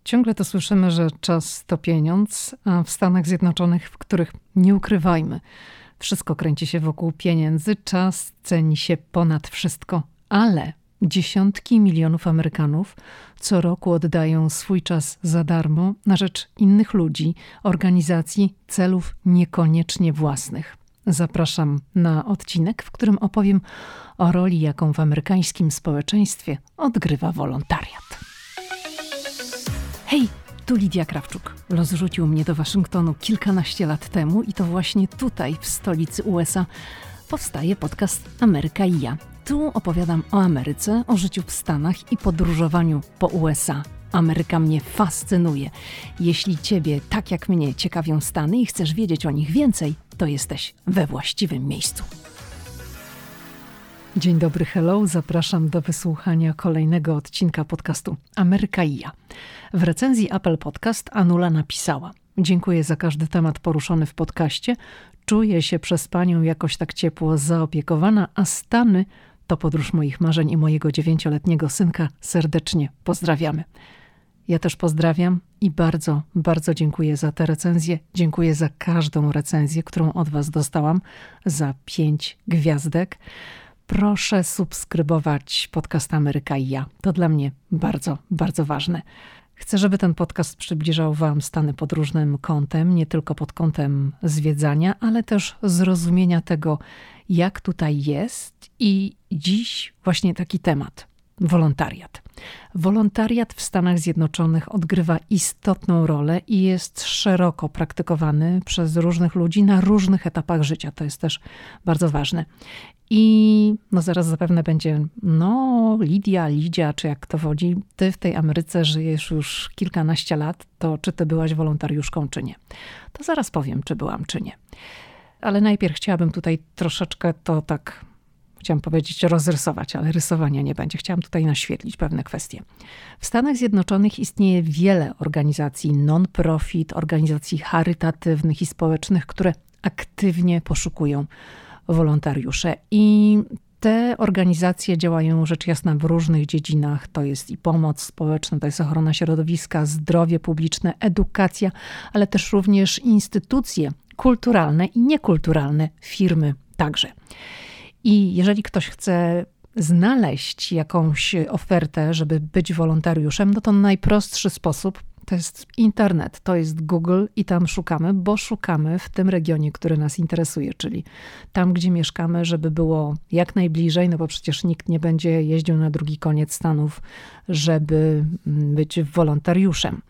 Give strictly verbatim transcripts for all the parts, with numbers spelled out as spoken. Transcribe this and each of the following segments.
Ciągle to słyszymy, że czas to pieniądz, a w Stanach Zjednoczonych, w których, nie ukrywajmy, wszystko kręci się wokół pieniędzy, czas ceni się ponad wszystko, ale dziesiątki milionów Amerykanów co roku oddają swój czas za darmo na rzecz innych ludzi, organizacji, celów niekoniecznie własnych. Zapraszam na odcinek, w którym opowiem o roli, jaką w amerykańskim społeczeństwie odgrywa wolontariat. Hej, tu Lidia Krawczuk. Los rzucił mnie do Waszyngtonu kilkanaście lat temu i to właśnie tutaj, w stolicy U S A, powstaje podcast Ameryka i ja. Tu opowiadam o Ameryce, o życiu w Stanach i podróżowaniu po U S A. Ameryka mnie fascynuje. Jeśli Ciebie, tak jak mnie, ciekawią Stany i chcesz wiedzieć o nich więcej, to jesteś we właściwym miejscu. Dzień dobry, hello. Zapraszam do wysłuchania kolejnego odcinka podcastu Ameryka i ja. W recenzji Apple Podcast Anula napisała: dziękuję za każdy temat poruszony w podcaście. Czuję się przez Panią jakoś tak ciepło zaopiekowana, a Stany to podróż moich marzeń i mojego dziewięcioletniego synka. Serdecznie pozdrawiamy. Ja też pozdrawiam i bardzo, bardzo dziękuję za tę recenzję. Dziękuję za każdą recenzję, którą od Was dostałam, za pięć gwiazdek. Proszę subskrybować podcast Ameryka i ja. To dla mnie bardzo, bardzo ważne. Chcę, żeby ten podcast przybliżał Wam Stany pod różnym kątem, nie tylko pod kątem zwiedzania, ale też zrozumienia tego, jak tutaj jest. I dziś właśnie taki temat. Wolontariat. Wolontariat w Stanach Zjednoczonych odgrywa istotną rolę i jest szeroko praktykowany przez różnych ludzi na różnych etapach życia. To jest też bardzo ważne. I no zaraz zapewne będzie, no Lidia, Lidia, czy jak to wodzi, ty w tej Ameryce żyjesz już kilkanaście lat, to czy ty byłaś wolontariuszką, czy nie? To zaraz powiem, czy byłam, czy nie. Ale najpierw chciałabym tutaj troszeczkę to tak, chciałam powiedzieć rozrysować, ale rysowania nie będzie. Chciałam tutaj naświetlić pewne kwestie. W Stanach Zjednoczonych istnieje wiele organizacji non-profit, organizacji charytatywnych i społecznych, które aktywnie poszukują wolontariusze. I te organizacje działają rzecz jasna w różnych dziedzinach. To jest i pomoc społeczna, to jest ochrona środowiska, zdrowie publiczne, edukacja, ale też również instytucje kulturalne i niekulturalne, firmy także. I jeżeli ktoś chce znaleźć jakąś ofertę, żeby być wolontariuszem, no to najprostszy sposób to jest internet, to jest Google i tam szukamy, bo szukamy w tym regionie, który nas interesuje, czyli tam, gdzie mieszkamy, żeby było jak najbliżej, no bo przecież nikt nie będzie jeździł na drugi koniec Stanów, żeby być wolontariuszem.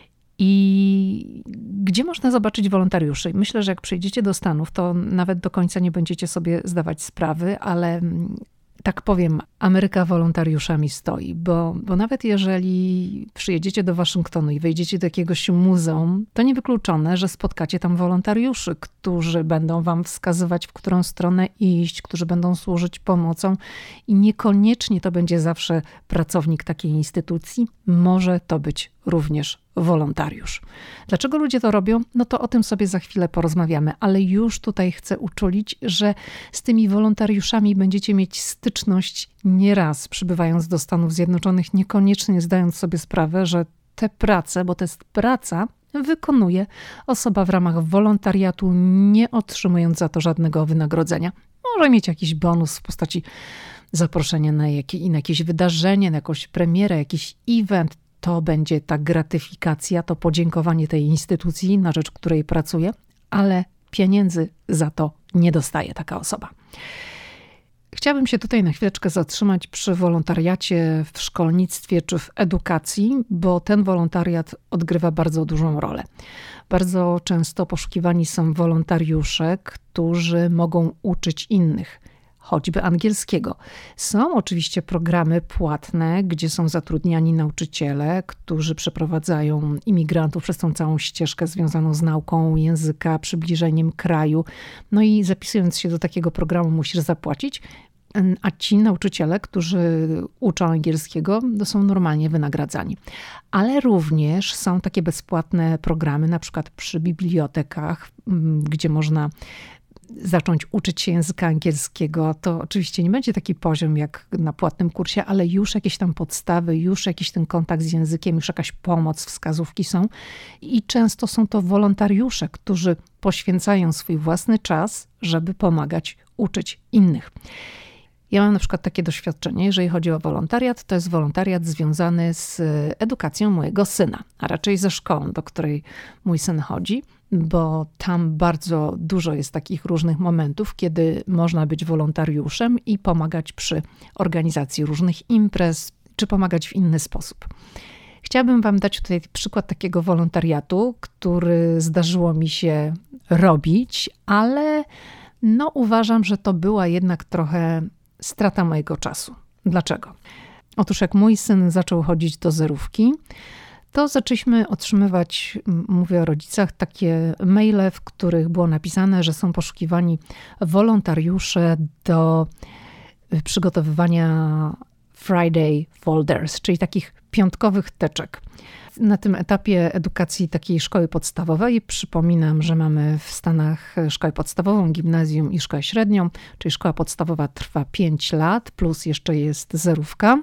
I gdzie można zobaczyć wolontariuszy? Myślę, że jak przyjdziecie do Stanów, to nawet do końca nie będziecie sobie zdawać sprawy, ale tak powiem, Ameryka wolontariuszami stoi, bo, bo nawet jeżeli przyjedziecie do Waszyngtonu i wejdziecie do jakiegoś muzeum, to niewykluczone, że spotkacie tam wolontariuszy, którzy będą wam wskazywać, w którą stronę iść, którzy będą służyć pomocą i niekoniecznie to będzie zawsze pracownik takiej instytucji, może to być również wolontariusz. Dlaczego ludzie to robią? No to o tym sobie za chwilę porozmawiamy, ale już tutaj chcę uczulić, że z tymi wolontariuszami będziecie mieć styczność nieraz przybywając do Stanów Zjednoczonych, niekoniecznie zdając sobie sprawę, że te prace, bo to jest praca, wykonuje osoba w ramach wolontariatu, nie otrzymując za to żadnego wynagrodzenia. Może mieć jakiś bonus w postaci zaproszenia na, jakie, na jakieś wydarzenie, na jakąś premierę, jakiś event. To będzie ta gratyfikacja, to podziękowanie tej instytucji, na rzecz której pracuje, ale pieniędzy za to nie dostaje taka osoba. Chciałabym się tutaj na chwileczkę zatrzymać przy wolontariacie w szkolnictwie czy w edukacji, bo ten wolontariat odgrywa bardzo dużą rolę. Bardzo często poszukiwani są wolontariusze, którzy mogą uczyć innych, choćby angielskiego. Są oczywiście programy płatne, gdzie są zatrudniani nauczyciele, którzy przeprowadzają imigrantów przez tą całą ścieżkę związaną z nauką języka, przybliżeniem kraju. No i zapisując się do takiego programu musisz zapłacić, a ci nauczyciele, którzy uczą angielskiego, to są normalnie wynagradzani. Ale również są takie bezpłatne programy, na przykład przy bibliotekach, gdzie można zacząć uczyć się języka angielskiego, to oczywiście nie będzie taki poziom jak na płatnym kursie, ale już jakieś tam podstawy, już jakiś ten kontakt z językiem, już jakaś pomoc, wskazówki są. I często są to wolontariusze, którzy poświęcają swój własny czas, żeby pomagać uczyć innych. Ja mam na przykład takie doświadczenie, jeżeli chodzi o wolontariat, to jest wolontariat związany z edukacją mojego syna, a raczej ze szkołą, do której mój syn chodzi, bo tam bardzo dużo jest takich różnych momentów, kiedy można być wolontariuszem i pomagać przy organizacji różnych imprez, czy pomagać w inny sposób. Chciałabym wam dać tutaj przykład takiego wolontariatu, który zdarzyło mi się robić, ale no uważam, że to była jednak trochę strata mojego czasu. Dlaczego? Otóż jak mój syn zaczął chodzić do zerówki, to zaczęliśmy otrzymywać, mówię o rodzicach, takie maile, w których było napisane, że są poszukiwani wolontariusze do przygotowywania Friday folders, czyli takich piątkowych teczek. Na tym etapie edukacji takiej szkoły podstawowej, przypominam, że mamy w Stanach szkołę podstawową, gimnazjum i szkołę średnią, czyli szkoła podstawowa trwa pięć lat, plus jeszcze jest zerówka.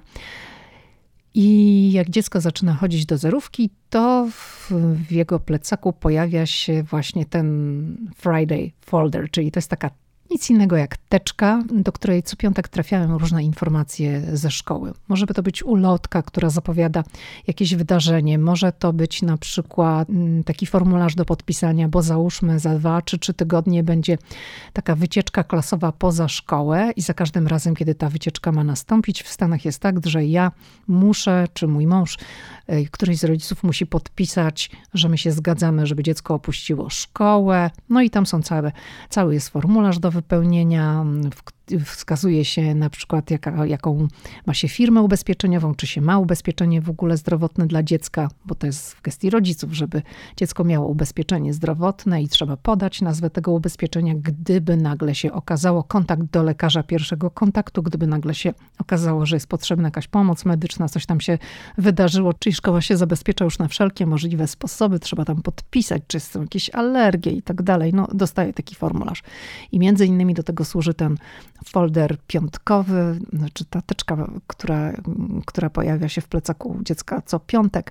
I jak dziecko zaczyna chodzić do zerówki, to w, w jego plecaku pojawia się właśnie ten Friday folder, czyli to jest taka nic innego jak teczka, do której co piątek trafiają różne informacje ze szkoły. Może by to być ulotka, która zapowiada jakieś wydarzenie. Może to być na przykład taki formularz do podpisania, bo załóżmy za dwa czy trzy tygodnie będzie taka wycieczka klasowa poza szkołę i za każdym razem, kiedy ta wycieczka ma nastąpić, w Stanach jest tak, że ja muszę, czy mój mąż, któryś z rodziców musi podpisać, że my się zgadzamy, żeby dziecko opuściło szkołę. No i tam są całe, cały jest formularz do wypełnienia, wskazuje się na przykład jaka, jaką ma się firmę ubezpieczeniową, czy się ma ubezpieczenie w ogóle zdrowotne dla dziecka, bo to jest w gestii rodziców, żeby dziecko miało ubezpieczenie zdrowotne i trzeba podać nazwę tego ubezpieczenia, gdyby nagle się okazało kontakt do lekarza pierwszego kontaktu, gdyby nagle się okazało, że jest potrzebna jakaś pomoc medyczna, coś tam się wydarzyło, czyli szkoła się zabezpiecza już na wszelkie możliwe sposoby, trzeba tam podpisać, czy są jakieś alergie i tak dalej. No, dostaje taki formularz. I między innymi do tego służy ten folder piątkowy, znaczy ta teczka, która, która pojawia się w plecaku dziecka co piątek,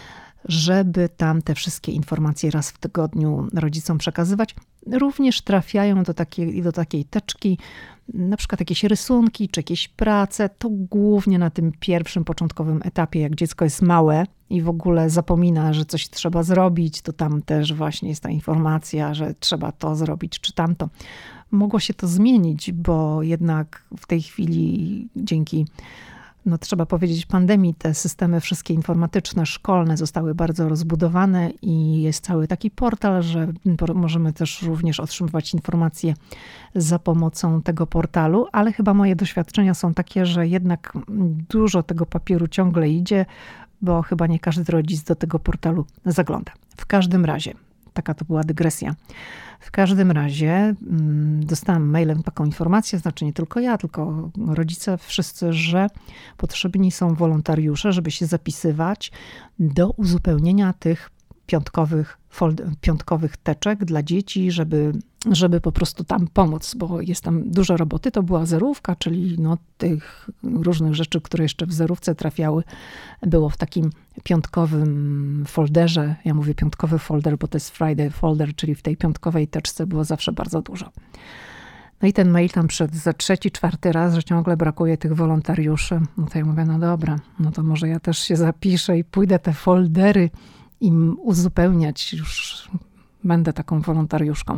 żeby tam te wszystkie informacje raz w tygodniu rodzicom przekazywać. Również trafiają do takiej, do takiej teczki na przykład jakieś rysunki, czy jakieś prace. To głównie na tym pierwszym, początkowym etapie, jak dziecko jest małe i w ogóle zapomina, że coś trzeba zrobić, to tam też właśnie jest ta informacja, że trzeba to zrobić, czy tamto. Mogło się to zmienić, bo jednak w tej chwili dzięki, no trzeba powiedzieć, pandemii, te systemy wszystkie informatyczne, szkolne zostały bardzo rozbudowane i jest cały taki portal, że możemy też również otrzymywać informacje za pomocą tego portalu, ale chyba moje doświadczenia są takie, że jednak dużo tego papieru ciągle idzie, bo chyba nie każdy rodzic do tego portalu zagląda. W każdym razie, taka to była dygresja. W każdym razie dostałam mailem taką informację, znaczy nie tylko ja, tylko rodzice wszyscy, że potrzebni są wolontariusze, żeby się zapisywać do uzupełnienia tych piątkowych, fold, piątkowych teczek dla dzieci, żeby, żeby po prostu tam pomóc, bo jest tam dużo roboty. To była zerówka, czyli no, tych różnych rzeczy, które jeszcze w zerówce trafiały, było w takim piątkowym folderze. Ja mówię piątkowy folder, bo to jest Friday folder, czyli w tej piątkowej teczce było zawsze bardzo dużo. No i ten mail tam przed za trzeci, czwarty raz, że ciągle brakuje tych wolontariuszy. No to ja mówię, no dobra, no to może ja też się zapiszę i pójdę te foldery im uzupełniać. Już będę taką wolontariuszką.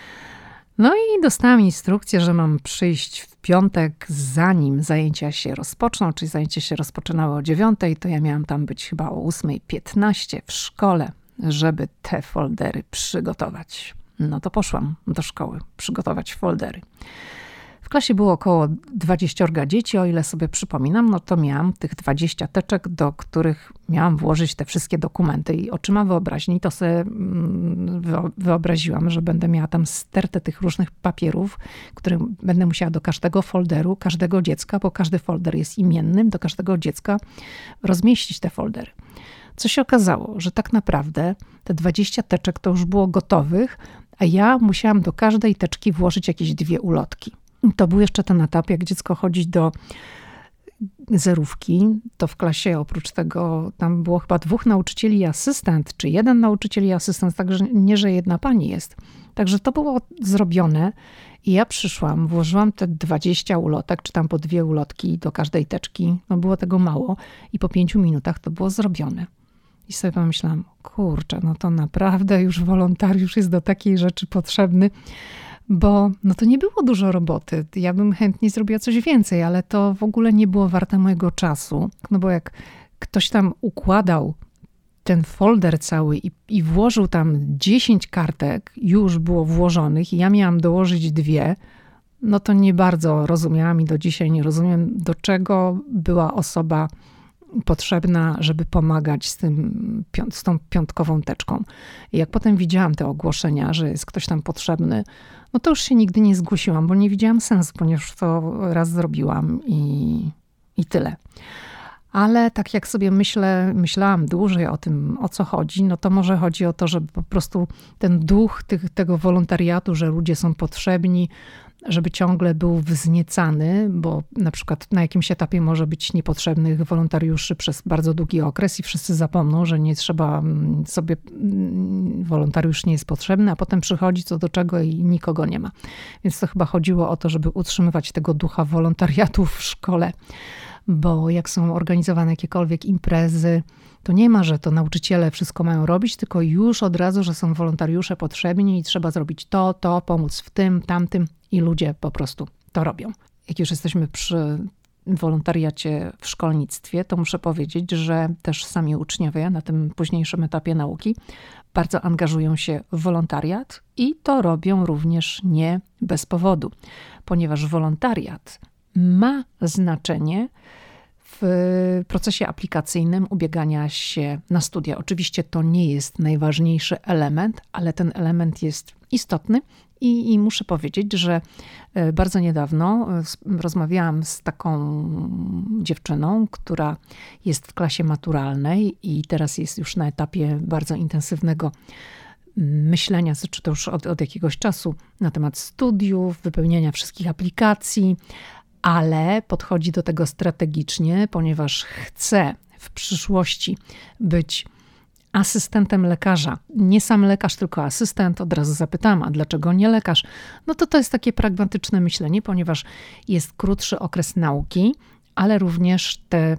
No i dostałam instrukcję, że mam przyjść w piątek, zanim zajęcia się rozpoczną, czyli zajęcia się rozpoczynały o dziewiątej, to ja miałam tam być chyba o ósmej piętnaście w szkole, żeby te foldery przygotować. No to poszłam do szkoły przygotować foldery. W klasie było około dwadzieściorga dzieci, o ile sobie przypominam, no to miałam tych dwadzieścia teczek, do których miałam włożyć te wszystkie dokumenty i oczyma wyobraźni to sobie wyobraziłam, że będę miała tam stertę tych różnych papierów, które będę musiała do każdego folderu, każdego dziecka, bo każdy folder jest imiennym, do każdego dziecka rozmieścić te foldery. Co się okazało, że tak naprawdę te dwadzieścia teczek to już było gotowych, a ja musiałam do każdej teczki włożyć jakieś dwie ulotki. To był jeszcze ten etap, jak dziecko chodzi do zerówki, to w klasie oprócz tego tam było chyba dwóch nauczycieli i asystent, czy jeden nauczyciel i asystent, także nie, że jedna pani jest. Także to było zrobione i ja przyszłam, włożyłam te dwadzieścia ulotek, czy tam po dwie ulotki do każdej teczki. No było tego mało i po pięciu minutach to było zrobione. I sobie pomyślałam, kurczę, no to naprawdę już wolontariusz jest do takiej rzeczy potrzebny, bo no to nie było dużo roboty. Ja bym chętnie zrobiła coś więcej, ale to w ogóle nie było warte mojego czasu. No bo jak ktoś tam układał ten folder cały i, i włożył tam dziesięć kartek, już było włożonych i ja miałam dołożyć dwie, no to nie bardzo rozumiałam i do dzisiaj nie rozumiem, do czego była osoba potrzebna, żeby pomagać z, tym, z tą piątkową teczką. I jak potem widziałam te ogłoszenia, że jest ktoś tam potrzebny, no to już się nigdy nie zgłosiłam, bo nie widziałam sensu, ponieważ to raz zrobiłam i, i tyle. Ale tak jak sobie myślę, myślałam dłużej o tym, o co chodzi, no to może chodzi o to, żeby po prostu ten duch tych, tego wolontariatu, że ludzie są potrzebni, żeby ciągle był wzniecany, bo na przykład na jakimś etapie może być niepotrzebnych wolontariuszy przez bardzo długi okres i wszyscy zapomną, że nie trzeba sobie, wolontariusz nie jest potrzebny, a potem przychodzi co do czego i nikogo nie ma. Więc to chyba chodziło o to, żeby utrzymywać tego ducha wolontariatu w szkole, bo jak są organizowane jakiekolwiek imprezy, to nie ma, że to nauczyciele wszystko mają robić, tylko już od razu, że są wolontariusze potrzebni i trzeba zrobić to, to, pomóc w tym, tamtym i ludzie po prostu to robią. Jak już jesteśmy przy wolontariacie w szkolnictwie, to muszę powiedzieć, że też sami uczniowie na tym późniejszym etapie nauki bardzo angażują się w wolontariat i to robią również nie bez powodu, ponieważ wolontariat ma znaczenie w procesie aplikacyjnym ubiegania się na studia. Oczywiście to nie jest najważniejszy element, ale ten element jest istotny i, i muszę powiedzieć, że bardzo niedawno rozmawiałam z taką dziewczyną, która jest w klasie maturalnej i teraz jest już na etapie bardzo intensywnego myślenia, czy to już od, od jakiegoś czasu, na temat studiów, wypełniania wszystkich aplikacji, ale podchodzi do tego strategicznie, ponieważ chce w przyszłości być asystentem lekarza. Nie sam lekarz, tylko asystent. Od razu zapytałam, a dlaczego nie lekarz? No to to jest takie pragmatyczne myślenie, ponieważ jest krótszy okres nauki, ale również te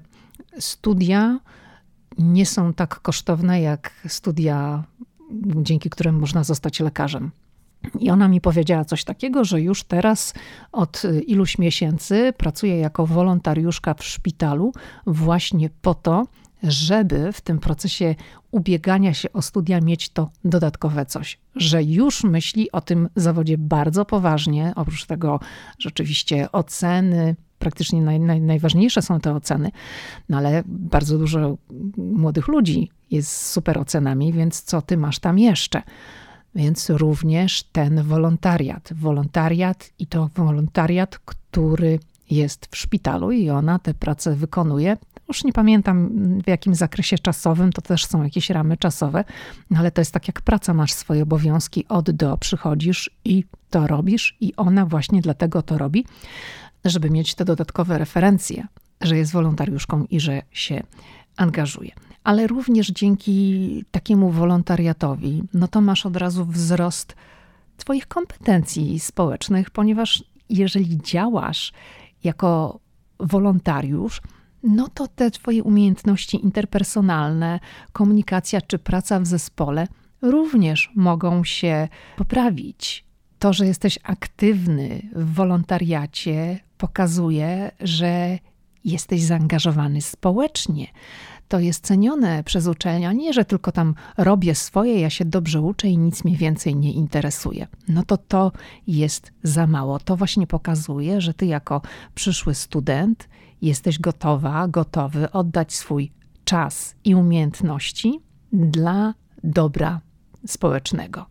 studia nie są tak kosztowne jak studia, dzięki którym można zostać lekarzem. I ona mi powiedziała coś takiego, że już teraz od iluś miesięcy pracuje jako wolontariuszka w szpitalu właśnie po to, żeby w tym procesie ubiegania się o studia mieć to dodatkowe coś. Że już myśli o tym zawodzie bardzo poważnie, oprócz tego rzeczywiście oceny, praktycznie naj, naj, najważniejsze są te oceny, no ale bardzo dużo młodych ludzi jest z super ocenami, więc co ty masz tam jeszcze? Więc również ten wolontariat. Wolontariat i to wolontariat, który jest w szpitalu i ona tę pracę wykonuje. Już nie pamiętam w jakim zakresie czasowym, to też są jakieś ramy czasowe, ale to jest tak jak praca, masz swoje obowiązki od do, przychodzisz i to robisz i ona właśnie dlatego to robi, żeby mieć te dodatkowe referencje, że jest wolontariuszką i że się angażuje. Ale również dzięki takiemu wolontariatowi, no to masz od razu wzrost twoich kompetencji społecznych, ponieważ jeżeli działasz jako wolontariusz, no to te twoje umiejętności interpersonalne, komunikacja czy praca w zespole również mogą się poprawić. To, że jesteś aktywny w wolontariacie, pokazuje, że jesteś zaangażowany społecznie. To jest cenione przez uczelnię, nie, że tylko tam robię swoje, ja się dobrze uczę i nic mnie więcej nie interesuje. No to to jest za mało. To właśnie pokazuje, że ty jako przyszły student jesteś gotowa, gotowy oddać swój czas i umiejętności dla dobra społecznego.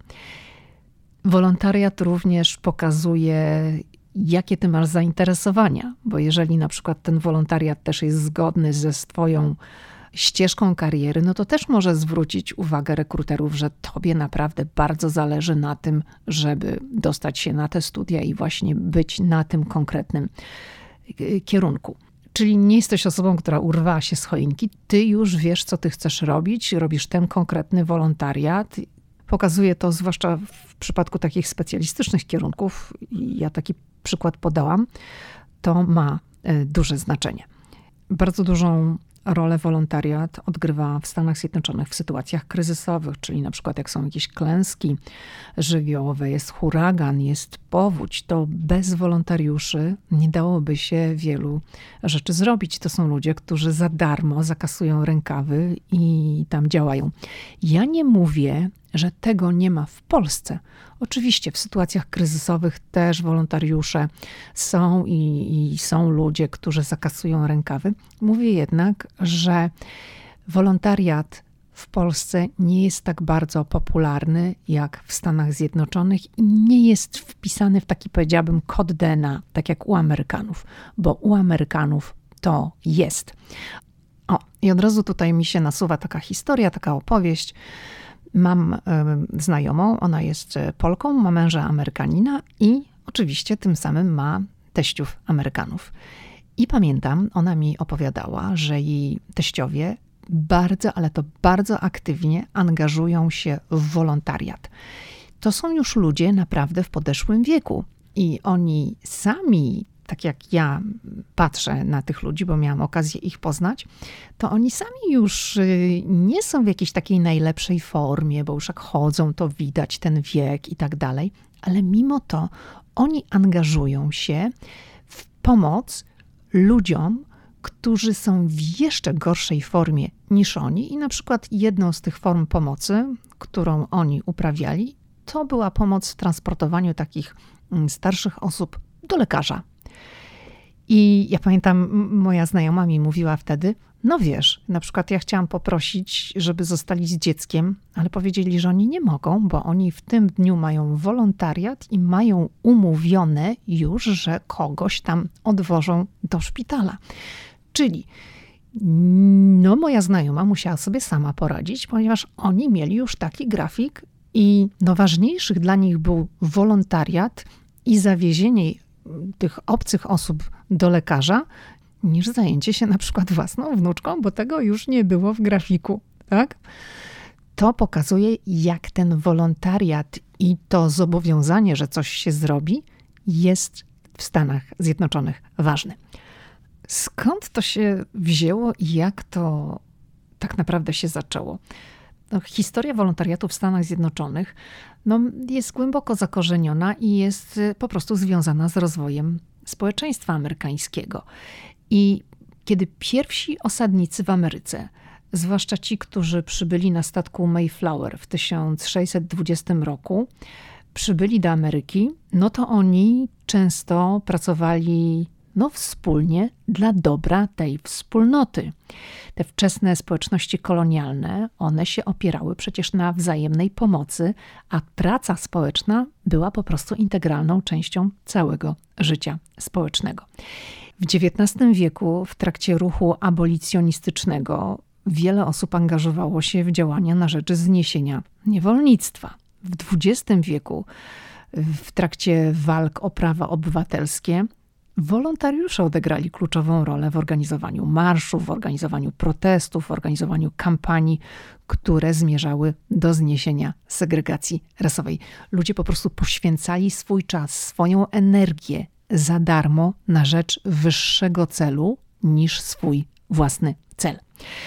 Wolontariat również pokazuje, jakie ty masz zainteresowania, bo jeżeli na przykład ten wolontariat też jest zgodny ze swoją ścieżką kariery, no to też może zwrócić uwagę rekruterów, że tobie naprawdę bardzo zależy na tym, żeby dostać się na te studia i właśnie być na tym konkretnym kierunku. Czyli nie jesteś osobą, która urwała się z choinki. Ty już wiesz, co ty chcesz robić. Robisz ten konkretny wolontariat. Pokazuje to zwłaszcza w przypadku takich specjalistycznych kierunków. Ja taki przykład podałam. To ma duże znaczenie. Bardzo dużą rolę wolontariat odgrywa w Stanach Zjednoczonych w sytuacjach kryzysowych, czyli na przykład jak są jakieś klęski żywiołowe, jest huragan, jest powódź, to bez wolontariuszy nie dałoby się wielu rzeczy zrobić. To są ludzie, którzy za darmo zakasują rękawy i tam działają. Ja nie mówię, że tego nie ma w Polsce. Oczywiście w sytuacjach kryzysowych też wolontariusze są i, i są ludzie, którzy zakasują rękawy. Mówię jednak, że wolontariat w Polsce nie jest tak bardzo popularny jak w Stanach Zjednoczonych i nie jest wpisany w taki, powiedziałabym, kod D N A, tak jak u Amerykanów, bo u Amerykanów to jest. O, i od razu tutaj mi się nasuwa taka historia, taka opowieść. Mam y, znajomą, ona jest Polką, ma męża Amerykanina i oczywiście tym samym ma teściów Amerykanów. I pamiętam, ona mi opowiadała, że jej teściowie bardzo, ale to bardzo aktywnie angażują się w wolontariat. To są już ludzie naprawdę w podeszłym wieku i oni sami, tak jak ja patrzę na tych ludzi, bo miałam okazję ich poznać, to oni sami już nie są w jakiejś takiej najlepszej formie, bo już jak chodzą, to widać ten wiek i tak dalej, ale mimo to oni angażują się w pomoc ludziom, którzy są w jeszcze gorszej formie niż oni i na przykład jedną z tych form pomocy, którą oni uprawiali, to była pomoc w transportowaniu takich starszych osób do lekarza. I ja pamiętam, moja znajoma mi mówiła wtedy, no wiesz, na przykład ja chciałam poprosić, żeby zostali z dzieckiem, ale powiedzieli, że oni nie mogą, bo oni w tym dniu mają wolontariat i mają umówione już, że kogoś tam odwożą do szpitala. Czyli no moja znajoma musiała sobie sama poradzić, ponieważ oni mieli już taki grafik i no ważniejszych dla nich był wolontariat i zawiezienie tych obcych osób do lekarza, niż zajęcie się na przykład własną wnuczką, bo tego już nie było w grafiku, tak? To pokazuje, jak ten wolontariat i to zobowiązanie, że coś się zrobi, jest w Stanach Zjednoczonych ważne. Skąd to się wzięło i jak to tak naprawdę się zaczęło? No, historia wolontariatu w Stanach Zjednoczonych no, jest głęboko zakorzeniona i jest po prostu związana z rozwojem społeczeństwa amerykańskiego. I kiedy pierwsi osadnicy w Ameryce, zwłaszcza ci, którzy przybyli na statku Mayflower w tysiąc sześćset dwudziestym roku, przybyli do Ameryki, no to oni często pracowali no, wspólnie dla dobra tej wspólnoty. Te wczesne społeczności kolonialne, one się opierały przecież na wzajemnej pomocy, a praca społeczna była po prostu integralną częścią całego życia społecznego. W dziewiętnastym wieku w trakcie ruchu abolicjonistycznego wiele osób angażowało się w działania na rzecz zniesienia niewolnictwa. W dwudziestym wieku w trakcie walk o prawa obywatelskie wolontariusze odegrali kluczową rolę w organizowaniu marszów, w organizowaniu protestów, w organizowaniu kampanii, które zmierzały do zniesienia segregacji rasowej. Ludzie po prostu poświęcali swój czas, swoją energię za darmo na rzecz wyższego celu niż swój własny cel.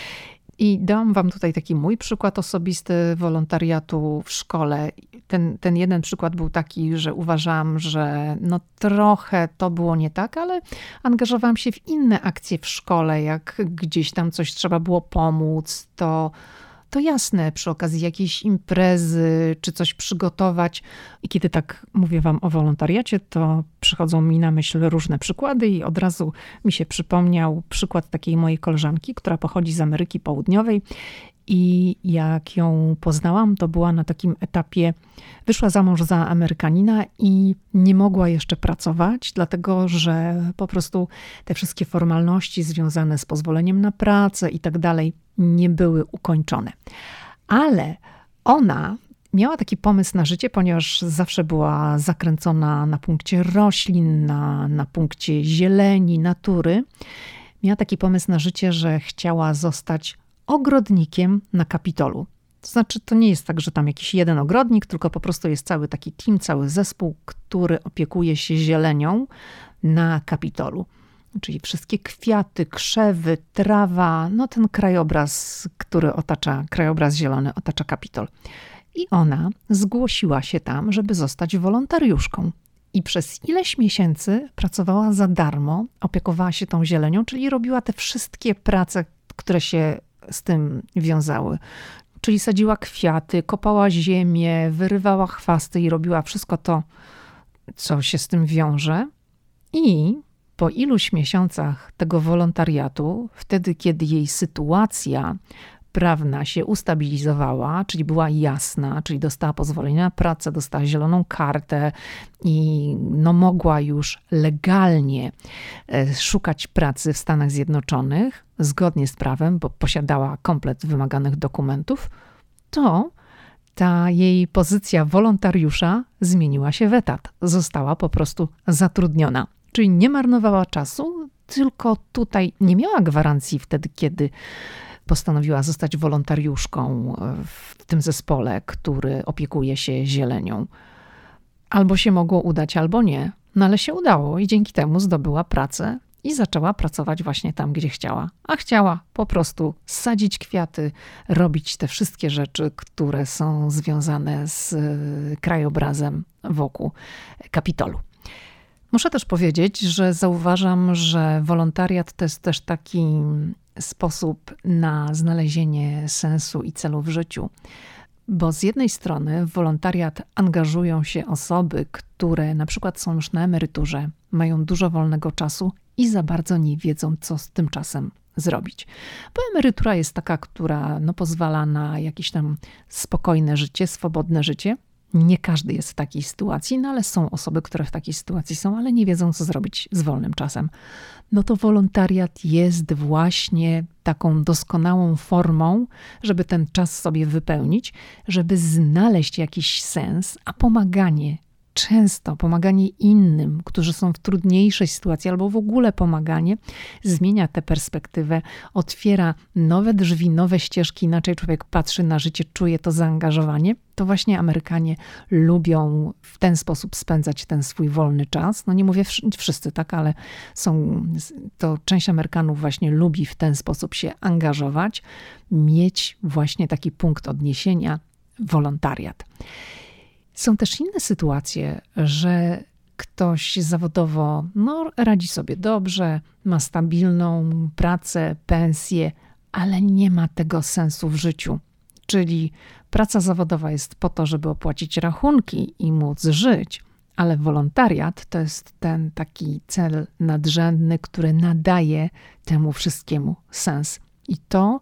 I dam wam tutaj taki mój przykład osobisty wolontariatu w szkole. Ten, ten jeden przykład był taki, że uważam, że no trochę to było nie tak, ale angażowałam się w inne akcje w szkole, jak gdzieś tam coś trzeba było pomóc, to, to jasne, przy okazji jakiejś imprezy czy coś przygotować. I kiedy tak mówię wam o wolontariacie, to przychodzą mi na myśl różne przykłady i od razu mi się przypomniał przykład takiej mojej koleżanki, która pochodzi z Ameryki Południowej I jak ją poznałam, to była na takim etapie, wyszła za mąż za Amerykanina i nie mogła jeszcze pracować, dlatego że po prostu te wszystkie formalności związane z pozwoleniem na pracę i tak dalej nie były ukończone. Ale ona miała taki pomysł na życie, ponieważ zawsze była zakręcona na punkcie roślin, na, na punkcie zieleni, natury. Miała taki pomysł na życie, że chciała zostać ogrodnikiem na Kapitolu. To znaczy, to nie jest tak, że tam jakiś jeden ogrodnik, tylko po prostu jest cały taki team, cały zespół, który opiekuje się zielenią na Kapitolu. Czyli wszystkie kwiaty, krzewy, trawa, no ten krajobraz, który otacza, krajobraz zielony otacza Kapitol. I ona zgłosiła się tam, żeby zostać wolontariuszką. I przez ileś miesięcy pracowała za darmo, opiekowała się tą zielenią, czyli robiła te wszystkie prace, które się z tym wiązały. Czyli sadziła kwiaty, kopała ziemię, wyrywała chwasty i robiła wszystko to, co się z tym wiąże. I po iluś miesiącach tego wolontariatu, wtedy kiedy jej sytuacja prawna się ustabilizowała, czyli była jasna, czyli dostała pozwolenie na pracę, dostała zieloną kartę i no mogła już legalnie szukać pracy w Stanach Zjednoczonych, zgodnie z prawem, bo posiadała komplet wymaganych dokumentów, to ta jej pozycja wolontariusza zmieniła się w etat. Została po prostu zatrudniona. Czyli nie marnowała czasu, tylko tutaj nie miała gwarancji wtedy, kiedy postanowiła zostać wolontariuszką w tym zespole, który opiekuje się zielenią. Albo się mogło udać, albo nie. No ale się udało i dzięki temu zdobyła pracę i zaczęła pracować właśnie tam, gdzie chciała. A chciała po prostu sadzić kwiaty, robić te wszystkie rzeczy, które są związane z krajobrazem wokół Kapitolu. Muszę też powiedzieć, że zauważam, że wolontariat to jest też taki sposób na znalezienie sensu i celu w życiu. Bo z jednej strony w wolontariat angażują się osoby, które na przykład są już na emeryturze, mają dużo wolnego czasu i za bardzo nie wiedzą, co z tym czasem zrobić. Bo emerytura jest taka, która no, pozwala na jakieś tam spokojne życie, swobodne życie. Nie każdy jest w takiej sytuacji, no ale są osoby, które w takiej sytuacji są, ale nie wiedzą, co zrobić z wolnym czasem. No to wolontariat jest właśnie taką doskonałą formą, żeby ten czas sobie wypełnić, żeby znaleźć jakiś sens, a pomaganie, często pomaganie innym, którzy są w trudniejszej sytuacji, albo w ogóle pomaganie, zmienia tę perspektywę, otwiera nowe drzwi, nowe ścieżki, inaczej człowiek patrzy na życie, czuje to zaangażowanie. To właśnie Amerykanie lubią w ten sposób spędzać ten swój wolny czas. No nie mówię wszyscy, tak, ale są, to część Amerykanów właśnie lubi w ten sposób się angażować, mieć właśnie taki punkt odniesienia, wolontariat. Są też inne sytuacje, że ktoś zawodowo no, radzi sobie dobrze, ma stabilną pracę, pensję, ale nie ma tego sensu w życiu. Czyli praca zawodowa jest po to, żeby opłacić rachunki i móc żyć, ale wolontariat to jest ten taki cel nadrzędny, który nadaje temu wszystkiemu sens. I to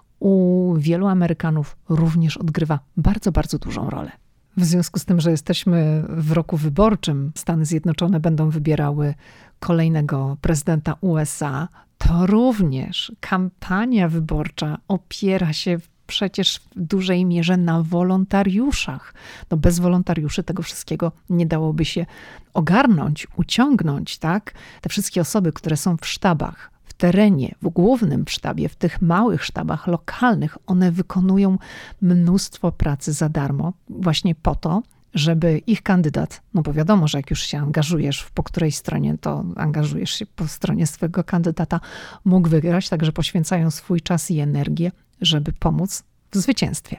u wielu Amerykanów również odgrywa bardzo, bardzo dużą rolę. W związku z tym, że jesteśmy w roku wyborczym, Stany Zjednoczone będą wybierały kolejnego prezydenta U S A, to również kampania wyborcza opiera się przecież w dużej mierze na wolontariuszach. No bez wolontariuszy tego wszystkiego nie dałoby się ogarnąć, uciągnąć, tak? Te wszystkie osoby, które są w sztabach, w terenie, w głównym sztabie, w tych małych sztabach lokalnych, one wykonują mnóstwo pracy za darmo, właśnie po to, żeby ich kandydat, no bo wiadomo, że jak już się angażujesz po której stronie, to angażujesz się po stronie swojego kandydata, mógł wygrać, także poświęcają swój czas i energię, żeby pomóc w zwycięstwie.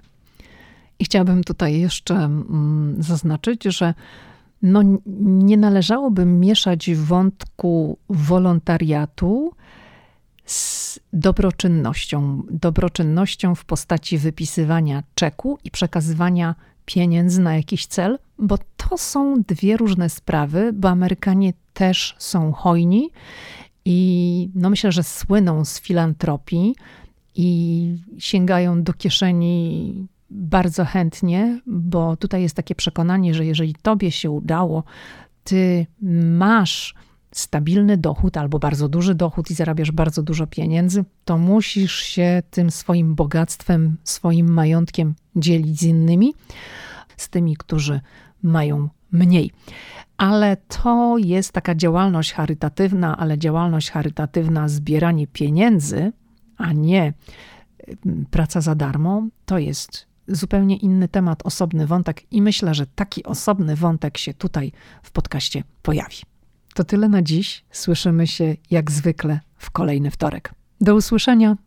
I chciałabym tutaj jeszcze mm, zaznaczyć, że no, nie należałoby mieszać wątku wolontariatu z dobroczynnością. Dobroczynnością w postaci wypisywania czeku i przekazywania pieniędzy na jakiś cel, bo to są dwie różne sprawy, bo Amerykanie też są hojni i no myślę, że słyną z filantropii i sięgają do kieszeni bardzo chętnie, bo tutaj jest takie przekonanie, że jeżeli tobie się udało, ty masz stabilny dochód albo bardzo duży dochód i zarabiasz bardzo dużo pieniędzy, to musisz się tym swoim bogactwem, swoim majątkiem dzielić z innymi, z tymi, którzy mają mniej. Ale to jest taka działalność charytatywna, ale działalność charytatywna, zbieranie pieniędzy, a nie praca za darmo, to jest zupełnie inny temat, osobny wątek i myślę, że taki osobny wątek się tutaj w podcaście pojawi. To tyle na dziś. Słyszymy się jak zwykle w kolejny wtorek. Do usłyszenia.